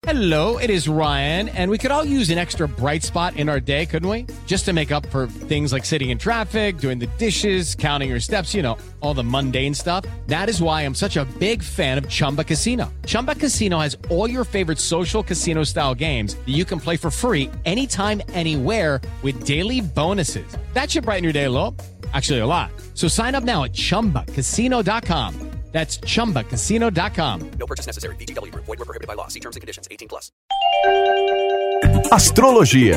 Hello, it is Ryan, and we could all use an extra bright spot in our day, couldn't we? Just to make up for things like sitting in traffic, doing the dishes, counting your steps, you know, all the mundane stuff. That is why I'm such a big fan of Chumba Casino. Chumba Casino has all your favorite social casino-style games that you can play for free anytime, anywhere with daily bonuses. That should brighten your day a little. Actually, a lot. So sign up now at ChumbaCasino.com. That's ChumbaCasino.com. No purchase necessary. VGW Group. Void where prohibited by law. See terms and conditions. 18+. Astrologia.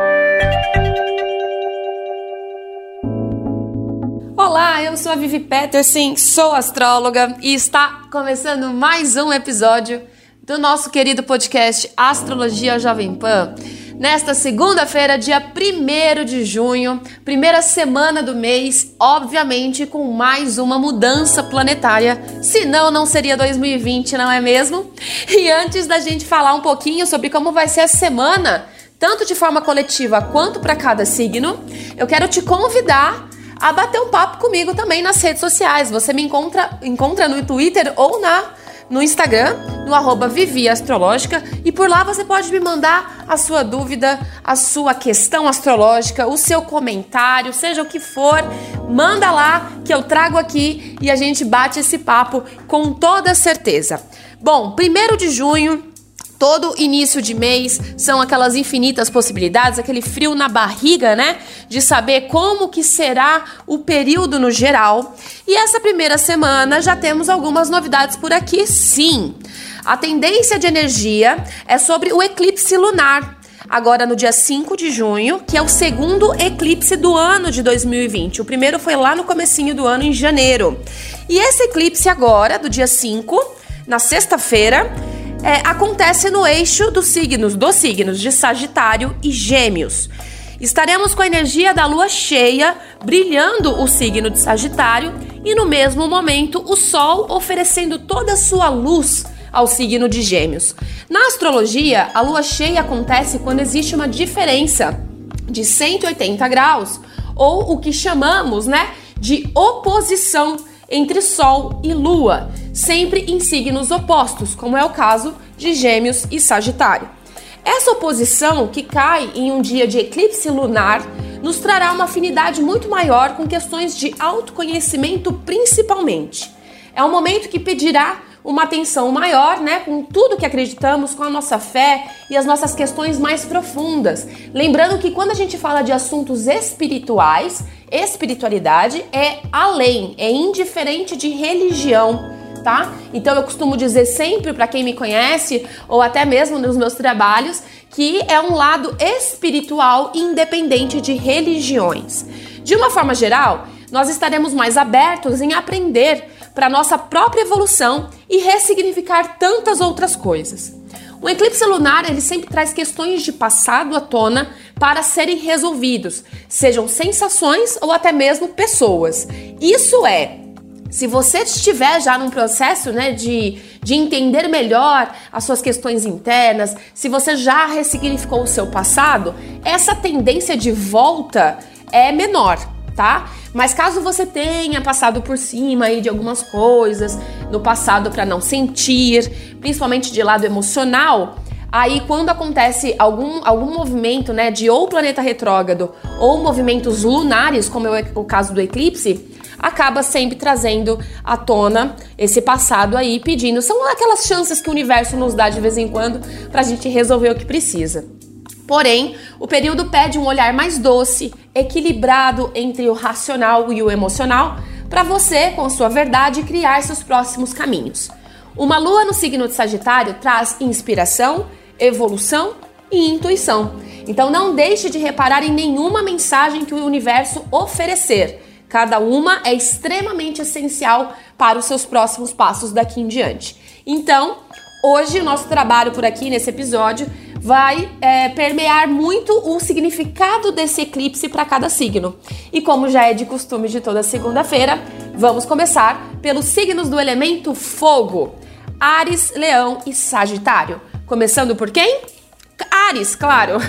Olá, eu sou a Vivi Peterson, sou astróloga e está começando mais um episódio do nosso querido podcast Astrologia Jovem Pan. Nesta segunda-feira, dia 1º de junho, primeira semana do mês, obviamente com mais uma mudança planetária, senão não seria 2020, não é mesmo? E antes da gente falar um pouquinho sobre como vai ser a semana, tanto de forma coletiva quanto para cada signo, eu quero te convidar a bater um papo comigo também nas redes sociais. Você me encontra no Twitter ou no Instagram, no @ViviAstrológica, e por lá você pode me mandar a sua dúvida, a sua questão astrológica, o seu comentário, seja o que for, manda lá que eu trago aqui e a gente bate esse papo com toda certeza. Bom, 1º de junho, todo início de mês são aquelas infinitas possibilidades, aquele frio na barriga, né? De saber como que será o período no geral. E essa primeira semana já temos algumas novidades por aqui, sim. A tendência de energia é sobre o eclipse lunar, agora no dia 5 de junho, que é o segundo eclipse do ano de 2020. O primeiro foi lá no comecinho do ano, em janeiro. E esse eclipse agora, do dia 5, na sexta-feira, acontece no eixo dos signos de Sagitário e Gêmeos. Estaremos com a energia da lua cheia brilhando o signo de Sagitário e no mesmo momento o Sol oferecendo toda a sua luz ao signo de Gêmeos. Na astrologia, a lua cheia acontece quando existe uma diferença de 180 graus ou o que chamamos, de oposição entre Sol e Lua, sempre em signos opostos, como é o caso de Gêmeos e Sagitário. Essa oposição, que cai em um dia de eclipse lunar, nos trará uma afinidade muito maior com questões de autoconhecimento principalmente. É um momento que pedirá uma atenção maior, com tudo que acreditamos, com a nossa fé e as nossas questões mais profundas. Lembrando que quando a gente fala de assuntos espirituais, espiritualidade é além, é indiferente de religião, tá? Então eu costumo dizer sempre para quem me conhece, ou até mesmo nos meus trabalhos, que é um lado espiritual independente de religiões. De uma forma geral, nós estaremos mais abertos em aprender para nossa própria evolução e ressignificar tantas outras coisas. O eclipse lunar, ele sempre traz questões de passado à tona para serem resolvidos, sejam sensações ou até mesmo pessoas. Isso se você estiver já num processo de entender melhor as suas questões internas, se você já ressignificou o seu passado, essa tendência de volta é menor, tá? Mas caso você tenha passado por cima aí de algumas coisas no passado para não sentir, principalmente de lado emocional, aí quando acontece algum movimento, de ou planeta retrógrado ou movimentos lunares, como é o caso do eclipse, acaba sempre trazendo à tona esse passado aí, pedindo. São aquelas chances que o universo nos dá de vez em quando pra gente resolver o que precisa. Porém, o período pede um olhar mais doce, equilibrado entre o racional e o emocional, para você, com a sua verdade, criar seus próximos caminhos. Uma lua no signo de Sagitário traz inspiração, evolução e intuição. Então não deixe de reparar em nenhuma mensagem que o universo oferecer. Cada uma é extremamente essencial para os seus próximos passos daqui em diante. Então, hoje o nosso trabalho por aqui nesse episódio vai permear muito o significado desse eclipse para cada signo. E como já é de costume de toda segunda-feira, vamos começar pelos signos do elemento fogo: Áries, Leão e Sagitário. Começando por quem? Áries, claro!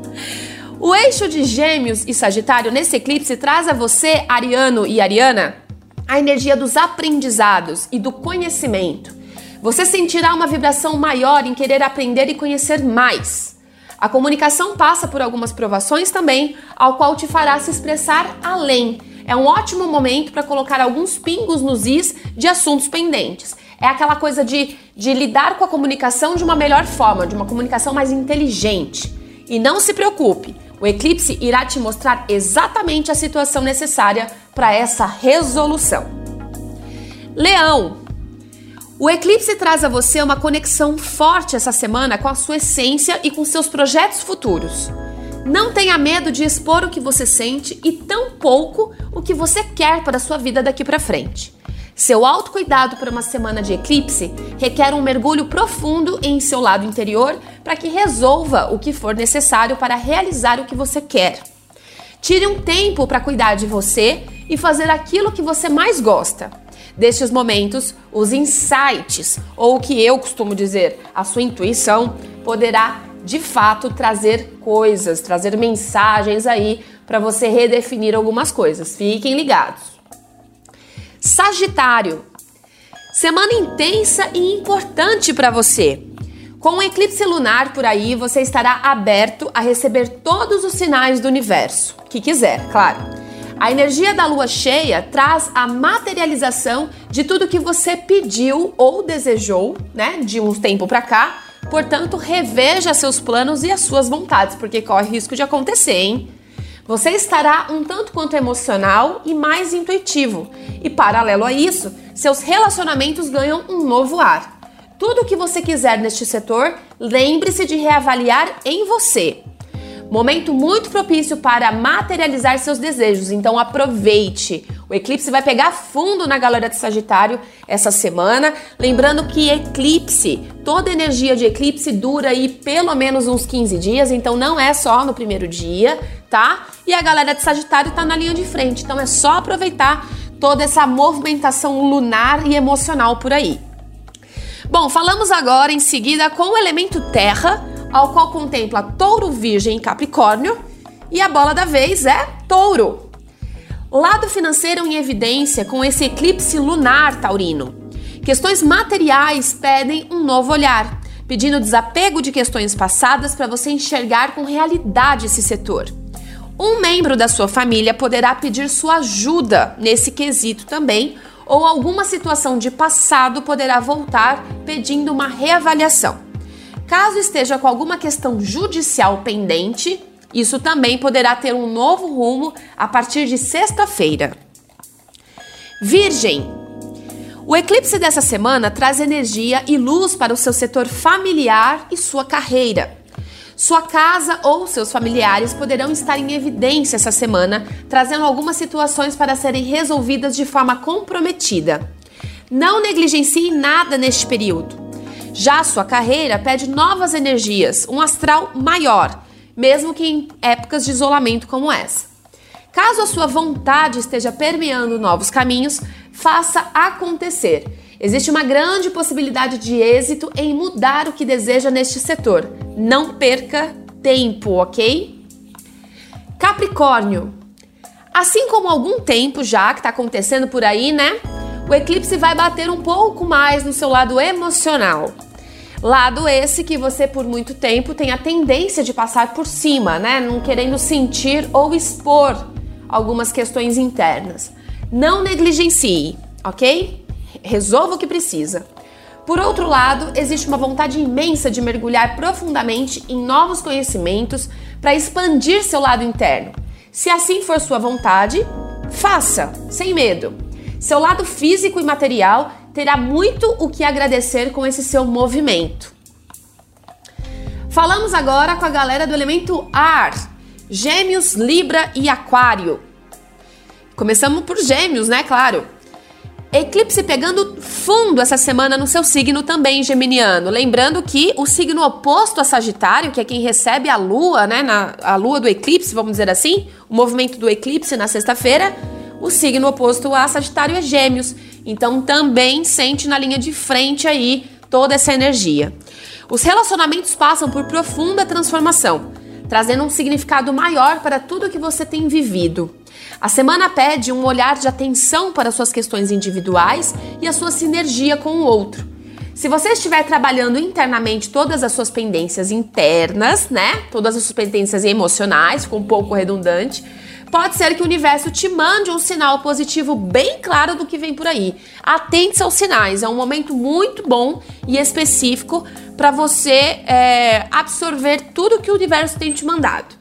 O eixo de Gêmeos e Sagitário nesse eclipse traz a você, ariano e ariana, a energia dos aprendizados e do conhecimento. Você sentirá uma vibração maior em querer aprender e conhecer mais. A comunicação passa por algumas provações também, ao qual te fará se expressar além. É um ótimo momento para colocar alguns pingos nos is de assuntos pendentes. É aquela coisa de lidar com a comunicação de uma melhor forma, de uma comunicação mais inteligente. E não se preocupe, o eclipse irá te mostrar exatamente a situação necessária para essa resolução. Leão, o eclipse traz a você uma conexão forte essa semana com a sua essência e com seus projetos futuros. Não tenha medo de expor o que você sente e tampouco o que você quer para a sua vida daqui para frente. Seu autocuidado para uma semana de eclipse requer um mergulho profundo em seu lado interior para que resolva o que for necessário para realizar o que você quer. Tire um tempo para cuidar de você e fazer aquilo que você mais gosta. Destes momentos, os insights, ou o que eu costumo dizer, a sua intuição, poderá de fato trazer coisas, trazer mensagens aí para você redefinir algumas coisas. Fiquem ligados. Sagitário, semana intensa e importante para você. Com o eclipse lunar por aí, você estará aberto a receber todos os sinais do universo, que quiser, claro. A energia da lua cheia traz a materialização de tudo que você pediu ou desejou, né, de um tempo para cá. Portanto, reveja seus planos e as suas vontades, porque corre risco de acontecer, hein? Você estará um tanto quanto emocional e mais intuitivo. E paralelo a isso, seus relacionamentos ganham um novo ar. Tudo o que você quiser neste setor, lembre-se de reavaliar em você. Momento muito propício para materializar seus desejos, então aproveite. O eclipse vai pegar fundo na galera de Sagitário essa semana. Lembrando que eclipse, toda energia de eclipse dura aí pelo menos uns 15 dias, então não é só no primeiro dia, tá? E a galera de Sagitário tá na linha de frente, então é só aproveitar toda essa movimentação lunar e emocional por aí. Bom, falamos agora em seguida com o elemento terra, ao qual contempla Touro, Virgem e Capricórnio, e a bola da vez é Touro. Lado financeiro em evidência com esse eclipse lunar taurino. Questões materiais pedem um novo olhar, pedindo desapego de questões passadas para você enxergar com realidade esse setor. Um membro da sua família poderá pedir sua ajuda nesse quesito também, ou alguma situação de passado poderá voltar pedindo uma reavaliação. Caso esteja com alguma questão judicial pendente, isso também poderá ter um novo rumo a partir de sexta-feira. Virgem, o eclipse dessa semana traz energia e luz para o seu setor familiar e sua carreira. Sua casa ou seus familiares poderão estar em evidência essa semana, trazendo algumas situações para serem resolvidas de forma comprometida. Não negligencie nada neste período. Já a sua carreira pede novas energias, um astral maior, mesmo que em épocas de isolamento como essa. Caso a sua vontade esteja permeando novos caminhos, faça acontecer. Existe uma grande possibilidade de êxito em mudar o que deseja neste setor. Não perca tempo, ok? Capricórnio. Assim como algum tempo já que está acontecendo por aí, né? O eclipse vai bater um pouco mais no seu lado emocional. Lado esse que você por muito tempo tem a tendência de passar por cima, né? Não querendo sentir ou expor algumas questões internas. Não negligencie, ok? Resolva o que precisa. Por outro lado, existe uma vontade imensa de mergulhar profundamente em novos conhecimentos para expandir seu lado interno. Se assim for sua vontade, faça, sem medo. Seu lado físico e material terá muito o que agradecer com esse seu movimento. Falamos agora com a galera do elemento ar, Gêmeos, Libra e Aquário. Começamos por Gêmeos, né? Claro. Eclipse pegando fundo essa semana no seu signo também, geminiano. Lembrando que o signo oposto a Sagitário, que é quem recebe a lua, né? A lua do eclipse, vamos dizer assim, o movimento do eclipse na sexta-feira, o signo oposto a Sagitário é Gêmeos. Então também sente na linha de frente aí toda essa energia. Os relacionamentos passam por profunda transformação, trazendo um significado maior para tudo que você tem vivido. A semana pede um olhar de atenção para suas questões individuais e a sua sinergia com o outro. Se você estiver trabalhando internamente todas as suas pendências internas, né? Todas as suas pendências emocionais, ficou um pouco redundante, pode ser que o universo te mande um sinal positivo bem claro do que vem por aí. Atente-se aos sinais, é um momento muito bom e específico para você absorver tudo que o universo tem te mandado.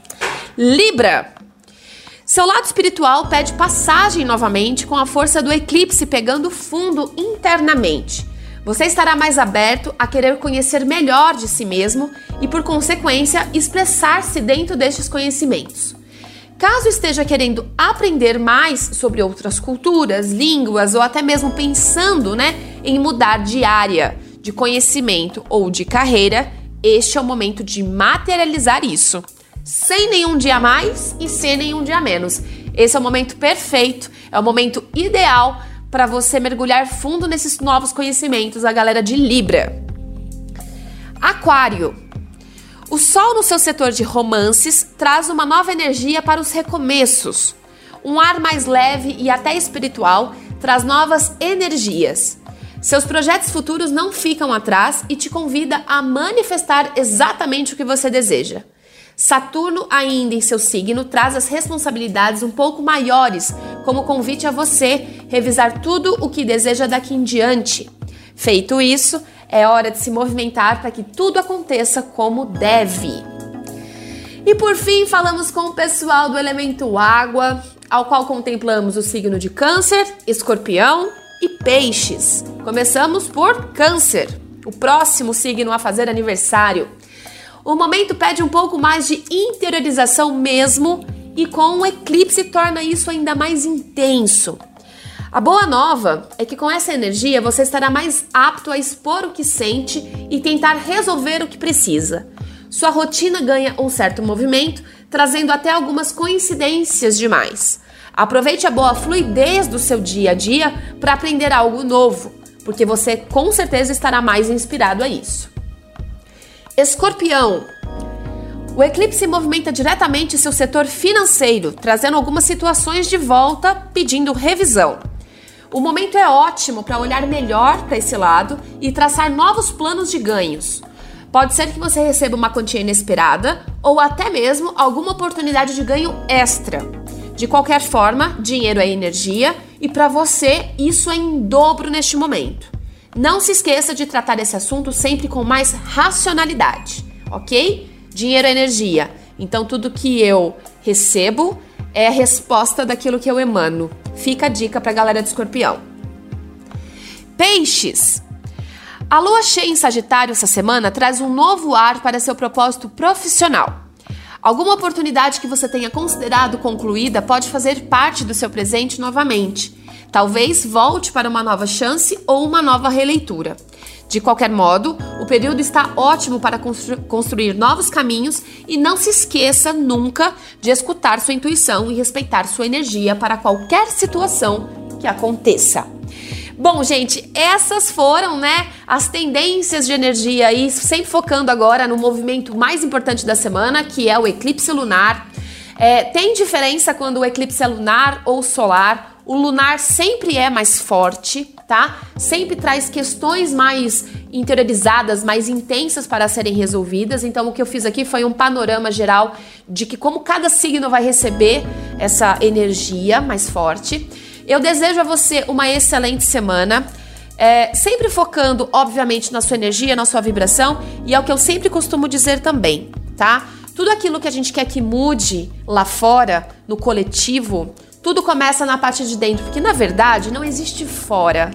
Libra. Seu lado espiritual pede passagem novamente com a força do eclipse pegando fundo internamente. Você estará mais aberto a querer conhecer melhor de si mesmo e, por consequência, expressar-se dentro destes conhecimentos. Caso esteja querendo aprender mais sobre outras culturas, línguas ou até mesmo pensando, em mudar de área, de conhecimento ou de carreira, este é o momento de materializar isso. Sem nenhum dia a mais e sem nenhum dia a menos. Esse é o momento perfeito, é o momento ideal para você mergulhar fundo nesses novos conhecimentos, a galera de Libra. Aquário. O Sol no seu setor de romances traz uma nova energia para os recomeços. Um ar mais leve e até espiritual traz novas energias. Seus projetos futuros não ficam atrás e te convida a manifestar exatamente o que você deseja. Saturno, ainda em seu signo, traz as responsabilidades um pouco maiores, como convite a você revisar tudo o que deseja daqui em diante. Feito isso, é hora de se movimentar para que tudo aconteça como deve. E por fim, falamos com o pessoal do elemento água, ao qual contemplamos o signo de Câncer, Escorpião e Peixes. Começamos por Câncer, o próximo signo a fazer aniversário. O momento pede um pouco mais de interiorização mesmo e com o eclipse torna isso ainda mais intenso. A boa nova é que com essa energia você estará mais apto a expor o que sente e tentar resolver o que precisa. Sua rotina ganha um certo movimento, trazendo até algumas coincidências demais. Aproveite a boa fluidez do seu dia a dia para aprender algo novo, porque você com certeza estará mais inspirado a isso. Escorpião. O eclipse movimenta diretamente seu setor financeiro, trazendo algumas situações de volta, pedindo revisão. O momento é ótimo para olhar melhor para esse lado e traçar novos planos de ganhos. Pode ser que você receba uma quantia inesperada ou até mesmo alguma oportunidade de ganho extra. De qualquer forma, dinheiro é energia e para você isso é em dobro neste momento. Não se esqueça de tratar esse assunto sempre com mais racionalidade, ok? Dinheiro é energia, então tudo que eu recebo é a resposta daquilo que eu emano. Fica a dica para a galera de Escorpião. Peixes. A lua cheia em Sagitário essa semana traz um novo ar para seu propósito profissional. Alguma oportunidade que você tenha considerado concluída pode fazer parte do seu presente novamente. Talvez volte para uma nova chance ou uma nova releitura. De qualquer modo, o período está ótimo para construir novos caminhos e não se esqueça nunca de escutar sua intuição e respeitar sua energia para qualquer situação que aconteça. Bom, gente, essas foram, as tendências de energia aí, sempre focando agora no movimento mais importante da semana, que é o eclipse lunar. Tem diferença quando o eclipse é lunar ou solar. O lunar sempre é mais forte, tá? Sempre traz questões mais interiorizadas, mais intensas para serem resolvidas. Então, o que eu fiz aqui foi um panorama geral de que como cada signo vai receber essa energia mais forte. Eu desejo a você uma excelente semana, sempre focando, obviamente, na sua energia, na sua vibração, e é o que eu sempre costumo dizer também, tá? Tudo aquilo que a gente quer que mude lá fora, no coletivo, tudo começa na parte de dentro, porque na verdade não existe fora,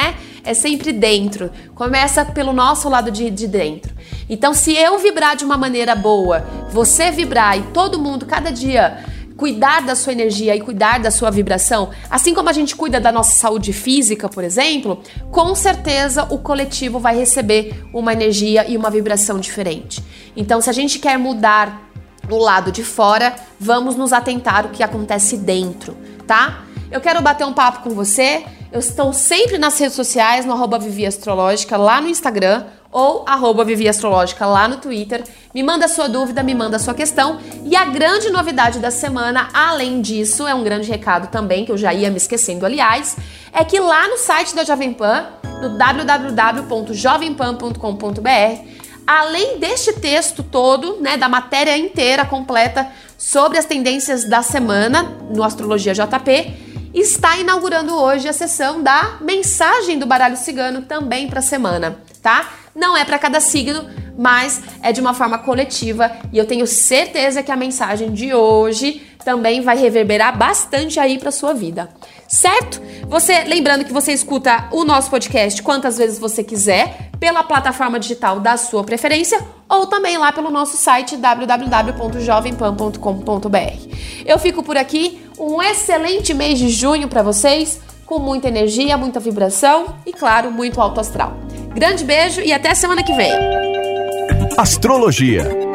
É sempre dentro, começa pelo nosso lado de dentro. Então, se eu vibrar de uma maneira boa, você vibrar e todo mundo, cada dia, cuidar da sua energia e cuidar da sua vibração, assim como a gente cuida da nossa saúde física, por exemplo, com certeza o coletivo vai receber uma energia e uma vibração diferente. Então, se a gente quer mudar do lado de fora, vamos nos atentar ao que acontece dentro, tá? Eu quero bater um papo com você. Eu estou sempre nas redes sociais, no @viviastrológica lá no Instagram ou @viviastrológica lá no Twitter. Me manda a sua dúvida, me manda a sua questão. E a grande novidade da semana, além disso, é um grande recado também, que eu já ia me esquecendo, aliás, é que lá no site da Jovem Pan no www.jovempan.com.br. Além deste texto todo, né, da matéria inteira completa sobre as tendências da semana no Astrologia JP, está inaugurando hoje a sessão da mensagem do baralho cigano também para a semana, tá? Não é para cada signo, mas é de uma forma coletiva e eu tenho certeza que a mensagem de hoje também vai reverberar bastante aí para sua vida, certo? Lembrando que você escuta o nosso podcast quantas vezes você quiser, pela plataforma digital da sua preferência ou também lá pelo nosso site www.jovempan.com.br. Eu fico por aqui, um excelente mês de junho para vocês, com muita energia, muita vibração e, claro, muito alto astral. Grande beijo e até semana que vem. Astrologia.